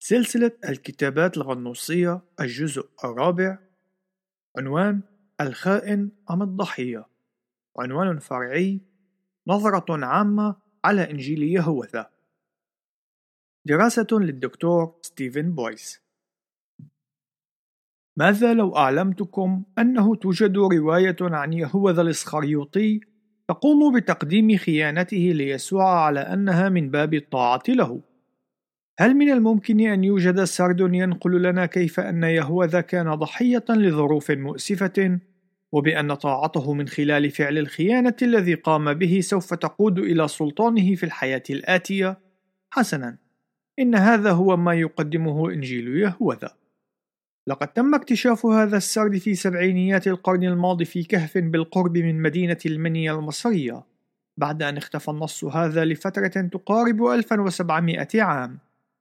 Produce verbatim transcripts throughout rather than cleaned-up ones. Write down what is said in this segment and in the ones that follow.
سلسلة الكتابات الغنوصية الجزء الرابع. عنوان: الخائن أم الضحية. عنوان فرعي: نظرة عامة على إنجيل يهوذا. دراسة للدكتور ستيفن بويس. ماذا لو أعلمتكم أنه توجد رواية عن يهوذا الإسخريوطي تقوم بتقديم خيانته ليسوع على أنها من باب الطاعة له؟ هل من الممكن أن يوجد سرد ينقل لنا كيف أن يهوذا كان ضحية لظروف مؤسفة، وبأن طاعته من خلال فعل الخيانة الذي قام به سوف تقود إلى سلطانه في الحياة الآتية؟ حسناً، إن هذا هو ما يقدمه إنجيل يهوذا. لقد تم اكتشاف هذا السرد في سبعينيات القرن الماضي في كهف بالقرب من مدينة المنيا المصرية، بعد أن اختفى النص هذا لفترة تقارب ألف وسبعمائة عام.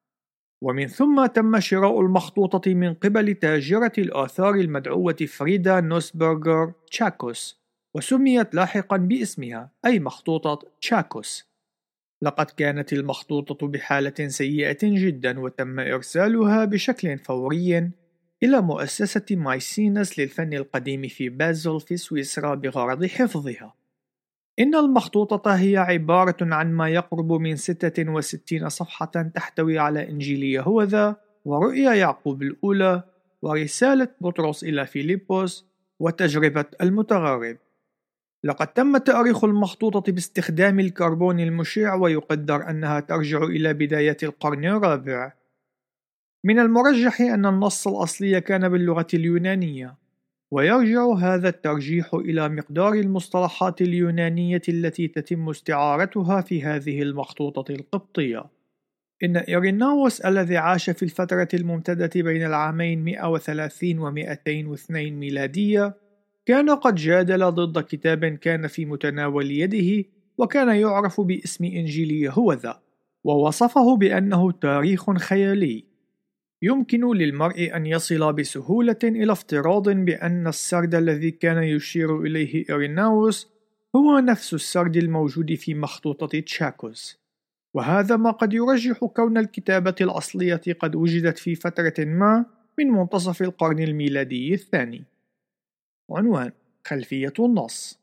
ومن ثم تم شراء المخطوطة من قبل تاجرة الآثار المدعوة فريدا نوسبرغر تشاكوس، وسميت لاحقا باسمها، أي مخطوطة تشاكوس. لقد كانت المخطوطة بحالة سيئة جدا، وتم إرسالها بشكل فوري إلى مؤسسة مايسينس للفن القديم في بازل في سويسرا بغرض حفظها. إن المخطوطة هي عبارة عن ما يقرب من ستة وستين صفحة تحتوي على إنجيل يهوذا، ورؤيا يعقوب الأولى، ورسالة بطرس إلى فيليبوس، وتجربة المتغرب. لقد تم تأريخ المخطوطة باستخدام الكربون المشع، ويقدر أنها ترجع إلى بداية القرن الرابع. من المرجح أن النص الأصلي كان باللغة اليونانية، ويرجع هذا الترجيح إلى مقدار المصطلحات اليونانية التي تتم استعارتها في هذه المخطوطة القبطية. إن إيريناوس الذي عاش في الفترة الممتدة بين العامين مئة وثلاثين ومئتين واثنين ميلادية كان قد جادل ضد كتاب كان في متناول يده، وكان يعرف باسم إنجيل يهوذا، ووصفه بأنه تاريخ خيالي. يمكن للمرء أن يصل بسهولة إلى افتراض بأن السرد الذي كان يشير إليه إيريناوس هو نفس السرد الموجود في مخطوطة تشاكوس، وهذا ما قد يرجح كون الكتابة الأصلية قد وجدت في فترة ما من منتصف القرن الميلادي الثاني. عنوان: خلفية النص.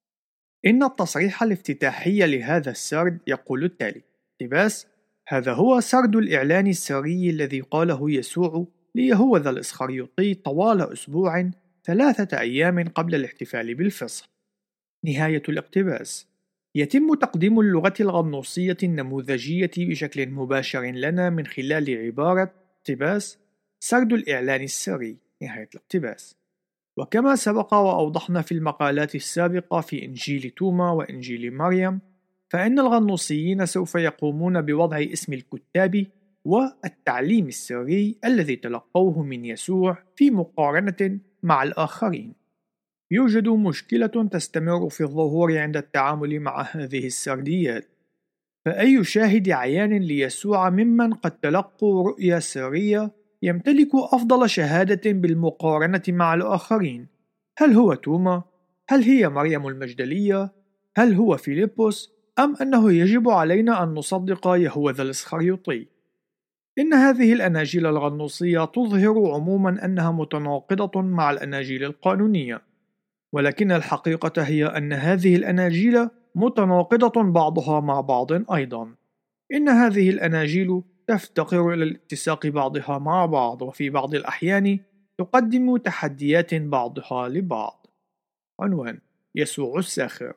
إن التصريح الافتتاحي لهذا السرد يقول التالي: اقتباس: هذا هو سرد الإعلان السري الذي قاله يسوع ليهوذا الإسخريوطي طوال أسبوع ثلاثة أيام قبل الاحتفال بالفصح. نهاية الاقتباس. يتم تقديم اللغة الغنوصية النموذجية بشكل مباشر لنا من خلال عبارة اقتباس سرد الإعلان السري. نهاية الاقتباس. وكما سبق وأوضحنا في المقالات السابقة في إنجيل توما وإنجيل مريم، فإن الغنوصيين سوف يقومون بوضع اسم الكتاب والتعليم السري الذي تلقوه من يسوع في مقارنة مع الآخرين. يوجد مشكلة تستمر في الظهور عند التعامل مع هذه السرديات، فأي شاهد عيان ليسوع ممن قد تلقوا رؤيا سرية يمتلك أفضل شهادة بالمقارنة مع الآخرين؟ هل هو توما؟ هل هي مريم المجدلية؟ هل هو فيليبوس؟ أم أنه يجب علينا أن نصدق يهوذا الإسخريوطي؟ إن هذه الأناجيل الغنوصية تظهر عموما أنها متناقضة مع الأناجيل القانونية، ولكن الحقيقة هي أن هذه الأناجيل متناقضة بعضها مع بعض أيضا. إن هذه الأناجيل تفتقر إلى الاتساق بعضها مع بعض، وفي بعض الأحيان تقدم تحديات بعضها لبعض. عنوان: يسوع الساخر.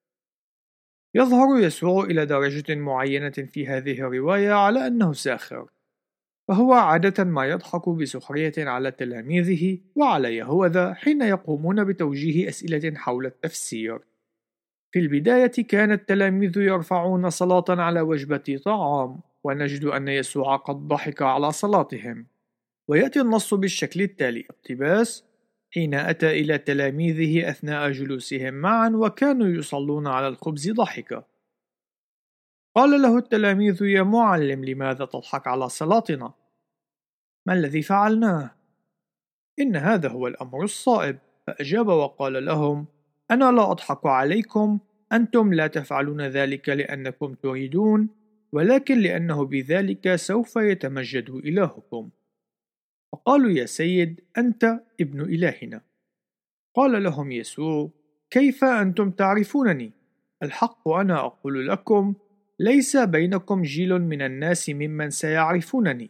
يظهر يسوع إلى درجة معينة في هذه الرواية على أنه ساخر، فهو عادة ما يضحك بسخرية على تلاميذه وعلى يهوذا حين يقومون بتوجيه أسئلة حول التفسير. في البداية كان التلاميذ يرفعون صلاة على وجبة طعام، ونجد أن يسوع قد ضحك على صلاتهم. ويأتي النص بالشكل التالي: اقتباس: حين أتى إلى تلاميذه أثناء جلوسهم معا وكانوا يصلون على الخبز ضحك. قال له التلاميذ: يا معلم، لماذا تضحك على صلاتنا؟ ما الذي فعلناه؟ إن هذا هو الأمر الصائب. فأجاب وقال لهم: أنا لا أضحك عليكم، أنتم لا تفعلون ذلك لأنكم تريدون، ولكن لأنه بذلك سوف يتمجد إلهكم. فقالوا: يا سيد، أنت ابن إلهنا. قال لهم يسوع: كيف أنتم تعرفونني؟ الحق أنا أقول لكم، ليس بينكم جيل من الناس ممن سيعرفونني.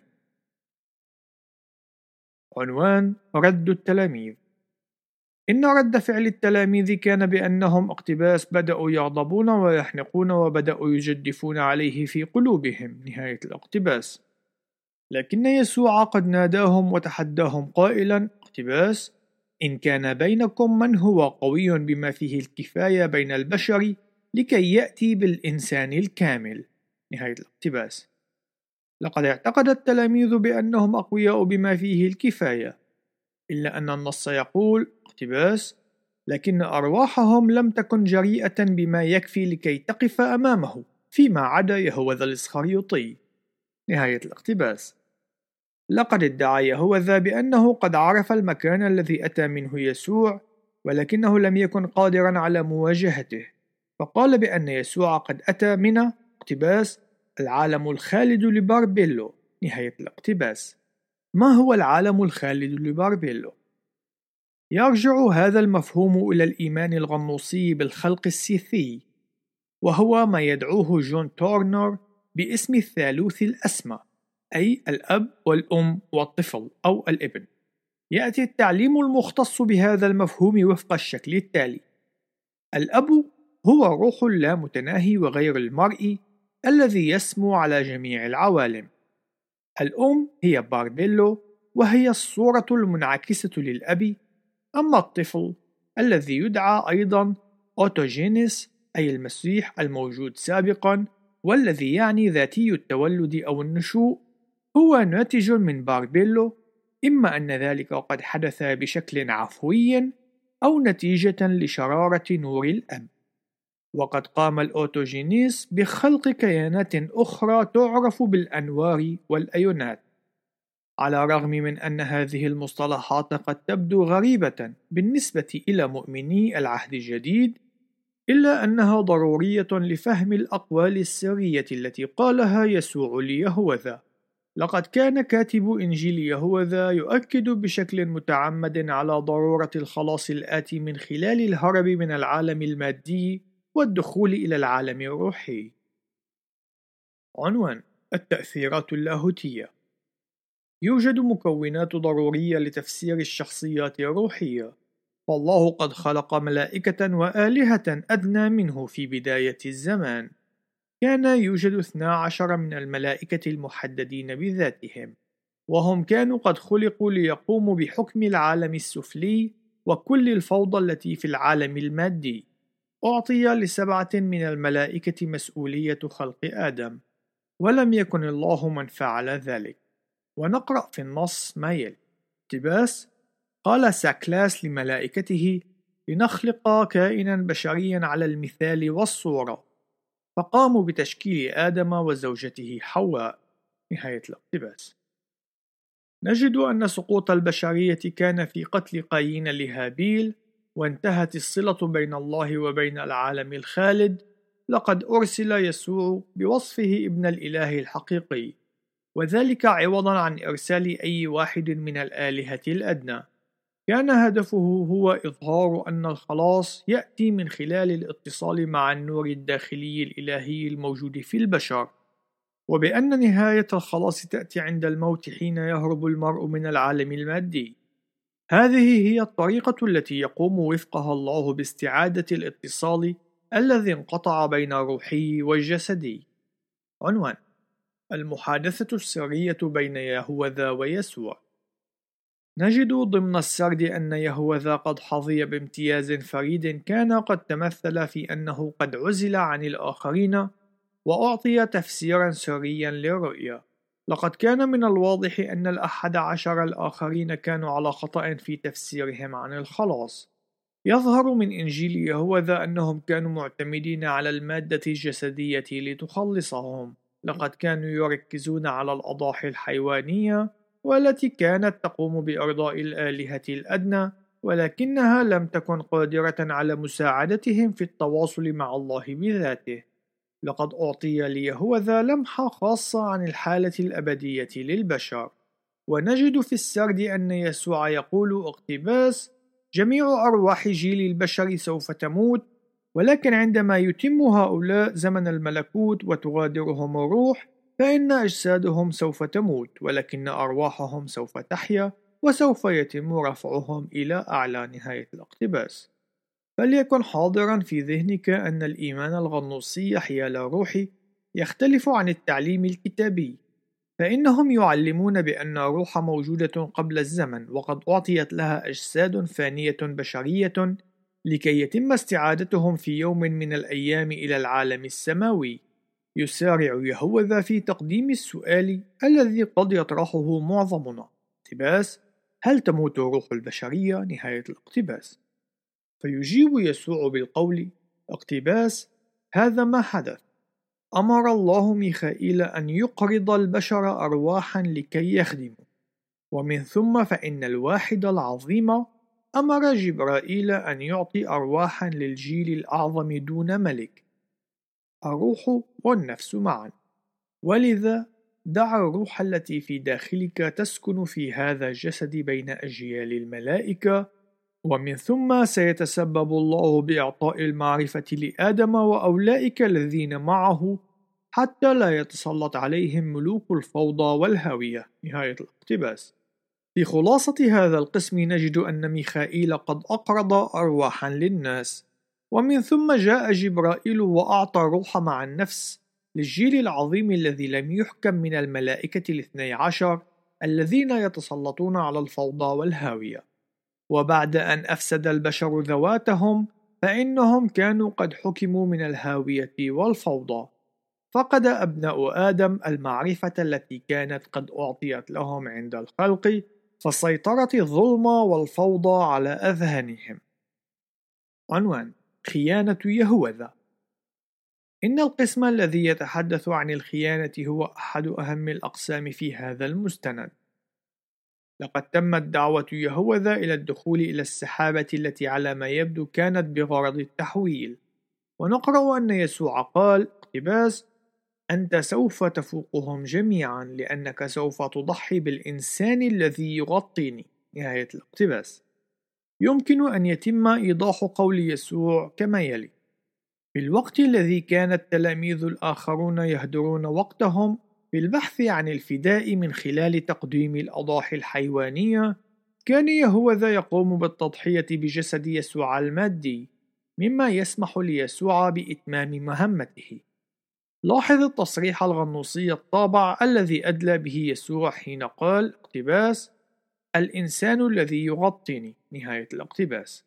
عنوان: رد التلاميذ. إن رد فعل التلاميذ كان بأنهم اقتباس بدأوا يغضبون ويحنقون وبدأوا يجدفون عليه في قلوبهم. نهاية الاقتباس. لكن يسوع قد ناداهم وتحداهم قائلا: اقتباس: إن كان بينكم من هو قوي بما فيه الكفاية بين البشر لكي يأتي بالإنسان الكامل. نهاية الاقتباس. لقد اعتقد التلاميذ بأنهم أقوياء بما فيه الكفاية، إلا أن النص يقول: اقتباس: لكن أرواحهم لم تكن جريئة بما يكفي لكي تقف أمامه، فيما عدا يهوذا الإسخريوطي. نهاية الاقتباس. لقد ادعى يهوذا بأنه قد عرف المكان الذي أتى منه يسوع، ولكنه لم يكن قادرا على مواجهته، فقال بأن يسوع قد أتى من اقتباس العالم الخالد لباربيلو. نهاية الاقتباس. ما هو العالم الخالد لباربيلو؟ يرجع هذا المفهوم إلى الإيمان الغنوصي بالخلق السيثي، وهو ما يدعوه جون تورنر باسم الثالوث الأسمى، أي الأب والأم والطفل أو الابن. يأتي التعليم المختص بهذا المفهوم وفق الشكل التالي: الأب هو روح لا متناهي وغير المرئي الذي يسمو على جميع العوالم. الأم هي باربيلو، وهي الصورة المنعكسة للأب. أما الطفل الذي يدعى أيضا أوتوجينيس، أي المسيح الموجود سابقا، والذي يعني ذاتي التولد أو النشوء، هو ناتج من باربيلو، إما أن ذلك قد حدث بشكل عفوي أو نتيجة لشرارة نور الأب. وقد قام الأوتوجينيس بخلق كيانات أخرى تعرف بالأنوار والأيونات. على الرغم من أن هذه المصطلحات قد تبدو غريبة بالنسبة إلى مؤمني العهد الجديد، إلا أنها ضرورية لفهم الأقوال السرية التي قالها يسوع ليهوذا. لقد كان كاتب إنجيل يهوذا يؤكد بشكل متعمد على ضرورة الخلاص الآتي من خلال الهرب من العالم المادي والدخول إلى العالم الروحي. عنوان: التأثيرات اللاهوتية. يوجد مكونات ضرورية لتفسير الشخصيات الروحية، فالله قد خلق ملائكة وآلهة أدنى منه في بداية الزمان. كان يوجد اثنا عشر من الملائكة المحددين بذاتهم، وهم كانوا قد خلقوا ليقوموا بحكم العالم السفلي وكل الفوضى التي في العالم المادي. أعطي لسبعة من الملائكة مسؤولية خلق آدم، ولم يكن الله من فعل ذلك. ونقرأ في النص ما يلي: اقتباس: قال ساكلاس لملائكته: لنخلق كائنا بشريا على المثال والصورة، فقاموا بتشكيل آدم وزوجته حواء. نهاية الاقتباس. نجد أن سقوط البشرية كان في قتل قايين لهابيل، وانتهت الصلة بين الله وبين العالم الخالد. لقد أرسل يسوع بوصفه ابن الإله الحقيقي، وذلك عوضا عن إرسال أي واحد من الآلهة الأدنى. كان هدفه هو إظهار أن الخلاص يأتي من خلال الاتصال مع النور الداخلي الإلهي الموجود في البشر، وبأن نهاية الخلاص تأتي عند الموت حين يهرب المرء من العالم المادي. هذه هي الطريقة التي يقوم وفقها الله باستعادة الاتصال الذي انقطع بين الروحي والجسدي. عنوان: المحادثة السرية بين يهوذا ويسوع. نجد ضمن السرد أن يهوذا قد حظي بامتياز فريد كان قد تمثل في أنه قد عزل عن الآخرين وأعطي تفسيرا سريا للرؤيا. لقد كان من الواضح أن الأحد عشر الآخرين كانوا على خطأ في تفسيرهم عن الخلاص. يظهر من إنجيل يهوذا أنهم كانوا معتمدين على المادة الجسدية لتخلصهم. لقد كانوا يركزون على الأضاحي الحيوانية والتي كانت تقوم بإرضاء الآلهة الأدنى، ولكنها لم تكن قادرة على مساعدتهم في التواصل مع الله بذاته. لقد أعطي ليهوذا لمحة خاصة عن الحالة الأبدية للبشر، ونجد في السرد أن يسوع يقول اقتباس: جميع أرواح جيل البشر سوف تموت، ولكن عندما يتم هؤلاء زمن الملكوت وتغادرهم الروح، فإن أجسادهم سوف تموت، ولكن أرواحهم سوف تحيا، وسوف يتم رفعهم إلى أعلى. نهاية الاقتباس. فليكن حاضرا في ذهنك أن الإيمان الغنوصي حيال روحي يختلف عن التعليم الكتابي، فإنهم يعلمون بأن الروح موجودة قبل الزمن، وقد أعطيت لها أجساد فانية بشرية لكي يتم استعادتهم في يوم من الأيام إلى العالم السماوي. يسارع يهوذا في تقديم السؤال الذي قد يطرحه معظمنا: اقتباس: هل تموت روح البشرية؟ نهاية الاقتباس. فيجيب يسوع بالقول اقتباس: هذا ما حدث. أمر الله ميخائيل أن يقرض البشر أرواحا لكي يخدموا، ومن ثم فإن الواحد العظيم أمر جبرائيل أن يعطي أرواحا للجيل الأعظم دون ملك، الروح والنفس معا. ولذا دع الروح التي في داخلك تسكن في هذا الجسد بين أجيال الملائكة، ومن ثم سيتسبب الله بإعطاء المعرفة لآدم وأولئك الذين معه حتى لا يتسلط عليهم ملوك الفوضى والهاوية. نهاية الاقتباس. في خلاصة هذا القسم نجد أن ميخائيل قد أقرض أرواحا للناس، ومن ثم جاء جبرائيل وأعطى الروح مع النفس للجيل العظيم الذي لم يحكم من الملائكة الاثني عشر الذين يتسلطون على الفوضى والهاوية. وبعد أن أفسد البشر ذواتهم، فإنهم كانوا قد حكموا من الهاوية والفوضى، فقد أبناء آدم المعرفة التي كانت قد أعطيت لهم عند الخلق، فسيطرت الظلم والفوضى على أذهانهم. عنوان: خيانة يهوذا. إن القسم الذي يتحدث عن الخيانة هو أحد أهم الأقسام في هذا المستند. لقد تمت دعوة يهوذا إلى الدخول إلى السحابة التي على ما يبدو كانت بغرض التحويل، ونقرأ أن يسوع قال اقتباس: أنت سوف تفوقهم جميعا لأنك سوف تضحي بالإنسان الذي يغطيني. نهاية الاقتباس. يمكن أن يتم إيضاح قول يسوع كما يلي: في الوقت الذي كان التلاميذ الآخرون يهدرون وقتهم في البحث عن الفداء من خلال تقديم الأضاحي الحيوانية، كان يهوذا يقوم بالتضحية بجسد يسوع المادي، مما يسمح ليسوع بإتمام مهمته. لاحظ التصريح الغنوصي الطابع الذي أدلى به يسوع حين قال اقتباس: الإنسان الذي يغطيني. نهاية الاقتباس.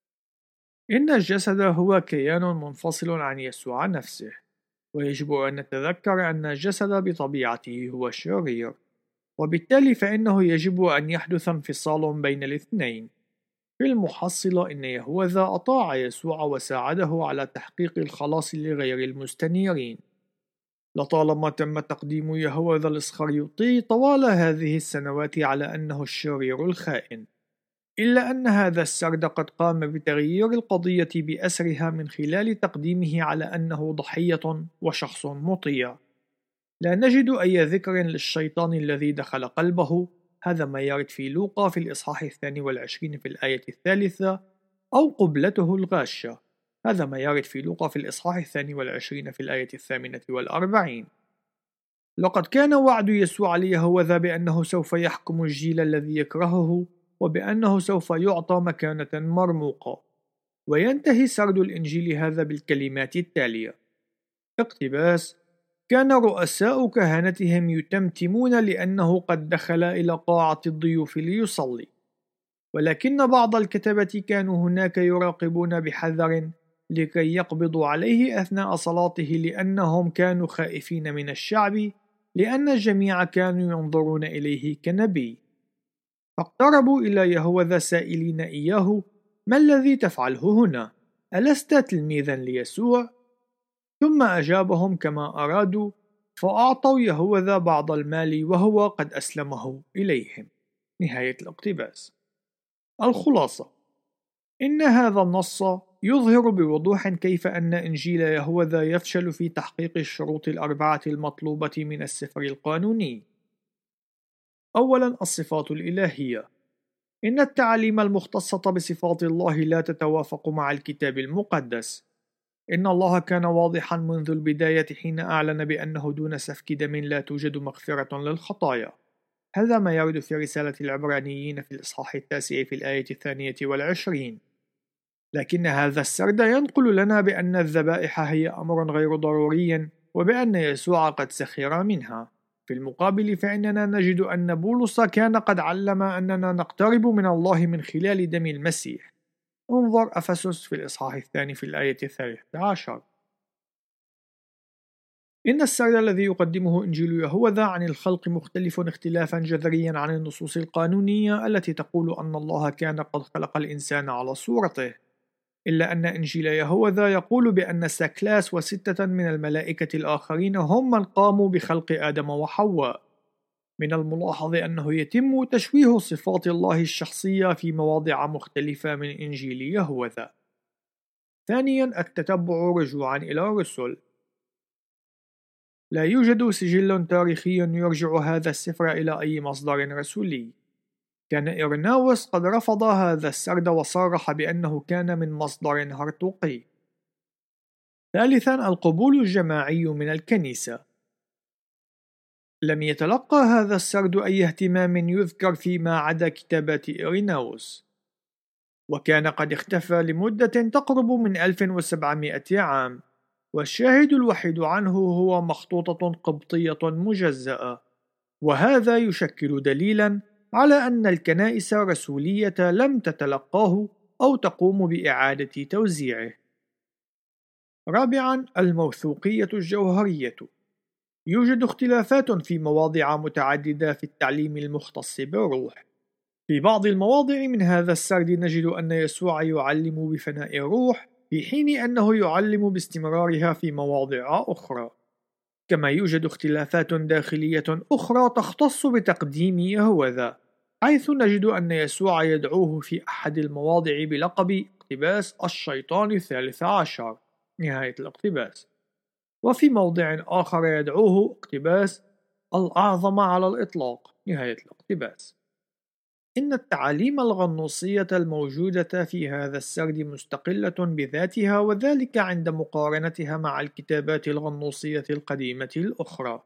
إن الجسد هو كيان منفصل عن يسوع نفسه، ويجب أن نتذكر أن الجسد بطبيعته هو شرير، وبالتالي فإنه يجب أن يحدث انفصال بين الاثنين. في المحصلة إن يهوذا أطاع يسوع وساعده على تحقيق الخلاص لغير المستنيرين. لطالما تم تقديم يهوذا الإسخريوطي طوال هذه السنوات على أنه الشرير الخائن، إلا أن هذا السرد قد قام بتغيير القضية بأسرها من خلال تقديمه على أنه ضحية وشخص مطيع. لا نجد أي ذكر للشيطان الذي دخل قلبه، هذا ما يرد في لوقا في الإصحاح الثاني والعشرين في الآية الثالثة، أو قبلته الغاشة، هذا ما يرد في لوقا في الإصحاح الثاني والعشرين في الآية الثامنة والأربعين. لقد كان وعد يسوع ليهوذا بأنه سوف يحكم الجيل الذي يكرهه، وبأنه سوف يعطى مكانة مرموقة. وينتهي سرد الإنجيل هذا بالكلمات التالية: اقتباس: كان رؤساء كهنتهم يتمتمون لأنه قد دخل إلى قاعة الضيوف ليصلي، ولكن بعض الكتبة كانوا هناك يراقبون بحذر لكي يقبضوا عليه أثناء صلاته، لأنهم كانوا خائفين من الشعب، لأن الجميع كانوا ينظرون إليه كنبي. فاقتربوا إلى يهوذا سائلين إياه: ما الذي تفعله هنا؟ ألست تلميذا ليسوع؟ ثم أجابهم كما أرادوا، فأعطوا يهوذا بعض المال وهو قد أسلمه إليهم. نهاية الاقتباس. الخلاصة: إن هذا النص يظهر بوضوح كيف أن إنجيل يهوذا يفشل في تحقيق الشروط الأربعة المطلوبة من السفر القانوني. أولاً، الصفات الإلهية. إن التعاليم المختصة بصفات الله لا تتوافق مع الكتاب المقدس. إن الله كان واضحاً منذ البداية حين أعلن بأنه دون سفك دم لا توجد مغفرة للخطايا. هذا ما يرد في رسالة العبرانيين في الإصحاح التاسع في الآية الثانية والعشرين. لكن هذا السرد ينقل لنا بأن الذبائح هي أمر غير ضروري، وبأن يسوع قد سخر منها. في المقابل، فإننا نجد أن بولس كان قد علم أننا نقترب من الله من خلال دم المسيح. انظر أفسس في الإصحاح الثاني في الآية الثالثة عشر. إن السرد الذي يقدمه إنجيل يهوذا عن الخلق مختلف اختلافا جذريا عن النصوص القانونية التي تقول أن الله كان قد خلق الإنسان على صورته. إلا أن إنجيل يهوذا يقول بأن ساكلاس وستة من الملائكة الآخرين هم من قاموا بخلق آدم وحواء. من الملاحظ أنه يتم تشويه صفات الله الشخصية في مواضع مختلفة من إنجيل يهوذا. ثانياً، التتبع رجوعاً إلى الرسل. لا يوجد سجل تاريخي يرجع هذا السفر إلى أي مصدر رسولي. كان إيرناوس قد رفض هذا السرد وصرح بأنه كان من مصدر هرطوقي. ثالثاً، القبول الجماعي من الكنيسة. لم يتلقى هذا السرد أي اهتمام يذكر فيما عدا كتابات إيرناوس، وكان قد اختفى لمدة تقرب من ألف وسبعمائة عام، والشاهد الوحيد عنه هو مخطوطة قبطية مجزأة، وهذا يشكل دليلاً على أن الكنائس الرسولية لم تتلقاه أو تقوم بإعادة توزيعه. رابعاً، الموثوقية الجوهرية. يوجد اختلافات في مواضع متعددة في التعليم المختص بالروح. في بعض المواضع من هذا السرد نجد أن يسوع يعلم بفناء الروح، في حين أنه يعلم باستمرارها في مواضع أخرى. كما يوجد اختلافات داخلية أخرى تختص بتقديم يهوذا، حيث نجد أن يسوع يدعوه في أحد المواضع بلقب اقتباس الشيطان الثالث عشر نهاية الاقتباس، وفي موضع آخر يدعوه اقتباس الأعظم على الإطلاق نهاية الاقتباس. إن التعاليم الغنوصية الموجودة في هذا السرد مستقلة بذاتها، وذلك عند مقارنتها مع الكتابات الغنوصية القديمة الأخرى.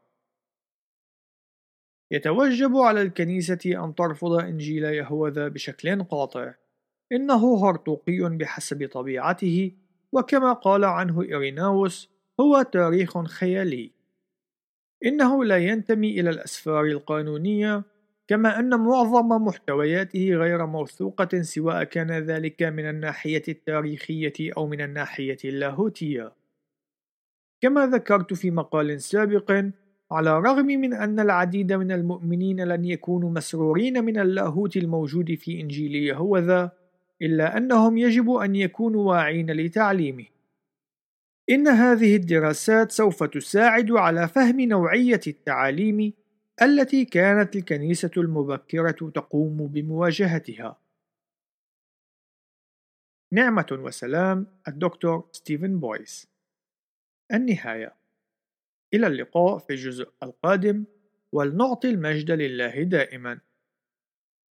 يتوجب على الكنيسة أن ترفض إنجيل يهوذا بشكل قاطع. إنه هرطوقي بحسب طبيعته، وكما قال عنه إيريناوس هو تاريخ خيالي. إنه لا ينتمي إلى الأسفار القانونية، كما أن معظم محتوياته غير موثوقة، سواء كان ذلك من الناحية التاريخية أو من الناحية اللاهوتية. كما ذكرت في مقال سابق، على الرغم من أن العديد من المؤمنين لن يكونوا مسرورين من اللاهوت الموجود في إنجيل يهوذا، إلا أنهم يجب أن يكونوا واعين لتعليمه. إن هذه الدراسات سوف تساعد على فهم نوعية التعاليم التي كانت الكنيسة المبكرة تقوم بمواجهتها. نعمة وسلام، الدكتور ستيفن بويس. النهاية. إلى اللقاء في الجزء القادم، ولنعطي المجد لله دائما.